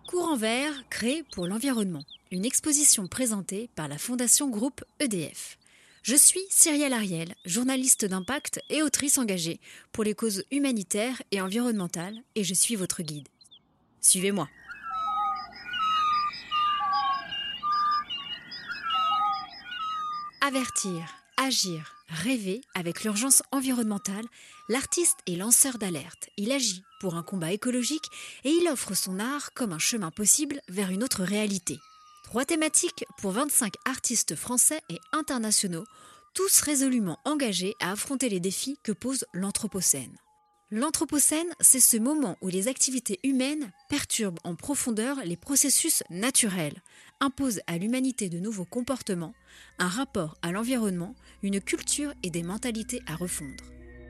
Courant vert créé pour l'environnement, une exposition présentée par la Fondation Groupe EDF. Je suis Cyrielle Ariel, journaliste d'impact et autrice engagée pour les causes humanitaires et environnementales, et je suis votre guide. Suivez-moi. Avertir, agir, rêver avec l'urgence environnementale, l'artiste est lanceur d'alerte. Il agit pour un combat écologique et il offre son art comme un chemin possible vers une autre réalité. 3 thématiques pour 25 artistes français et internationaux, tous résolument engagés à affronter les défis que pose l'Anthropocène. L'Anthropocène, c'est ce moment où les activités humaines perturbent en profondeur les processus naturels, imposent à l'humanité de nouveaux comportements, un rapport à l'environnement, une culture et des mentalités à refondre.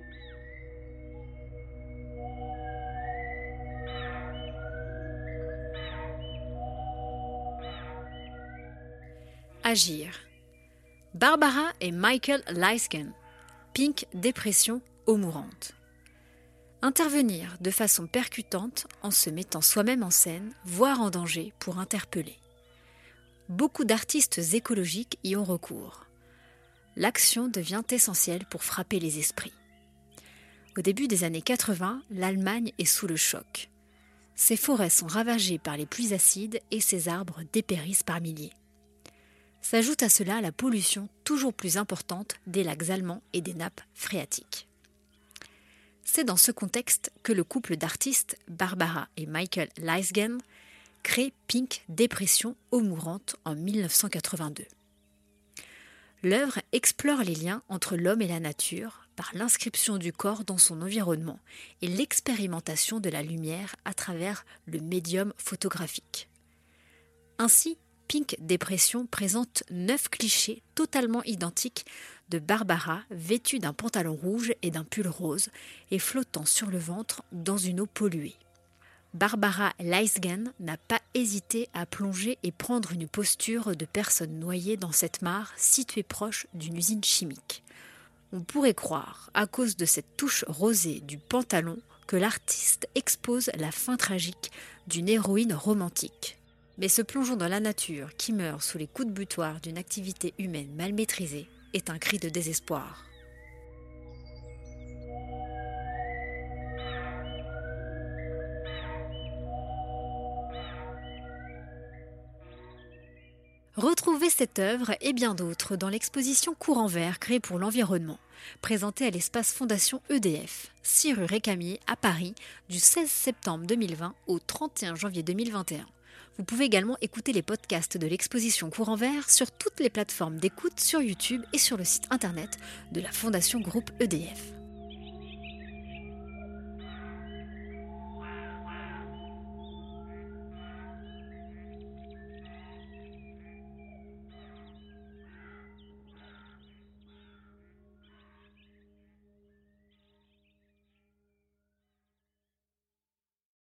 Agir. Barbara et Michael Leisgen. Pink dépression eau mourante. Intervenir de façon percutante en se mettant soi-même en scène, voire en danger pour interpeller. Beaucoup d'artistes écologiques y ont recours. L'action devient essentielle pour frapper les esprits. Au début des années 80, l'Allemagne est sous le choc. Ses forêts sont ravagées par les pluies acides et ses arbres dépérissent par milliers. S'ajoute à cela la pollution toujours plus importante des lacs allemands et des nappes phréatiques. C'est dans ce contexte que le couple d'artistes, Barbara et Michael Leisgen, crée Pink dépression eau mourante en 1982. L'œuvre explore les liens entre l'homme et la nature par l'inscription du corps dans son environnement et l'expérimentation de la lumière à travers le médium photographique. Ainsi, Pink dépression présente 9 clichés totalement identiques de Barbara vêtue d'un pantalon rouge et d'un pull rose et flottant sur le ventre dans une eau polluée. Barbara Leisgen n'a pas hésité à plonger et prendre une posture de personne noyée dans cette mare située proche d'une usine chimique. On pourrait croire, à cause de cette touche rosée du pantalon, que l'artiste expose la fin tragique d'une héroïne romantique. Mais ce plongeon dans la nature qui meurt sous les coups de butoir d'une activité humaine mal maîtrisée est un cri de désespoir. Retrouvez cette œuvre et bien d'autres dans l'exposition Courant vert créée pour l'environnement, présentée à l'espace Fondation EDF, 6 rue Récamier à Paris, du 16 septembre 2020 au 31 janvier 2021. Vous pouvez également écouter les podcasts de l'exposition Courant vert sur toutes les plateformes d'écoute sur YouTube et sur le site internet de la Fondation Groupe EDF.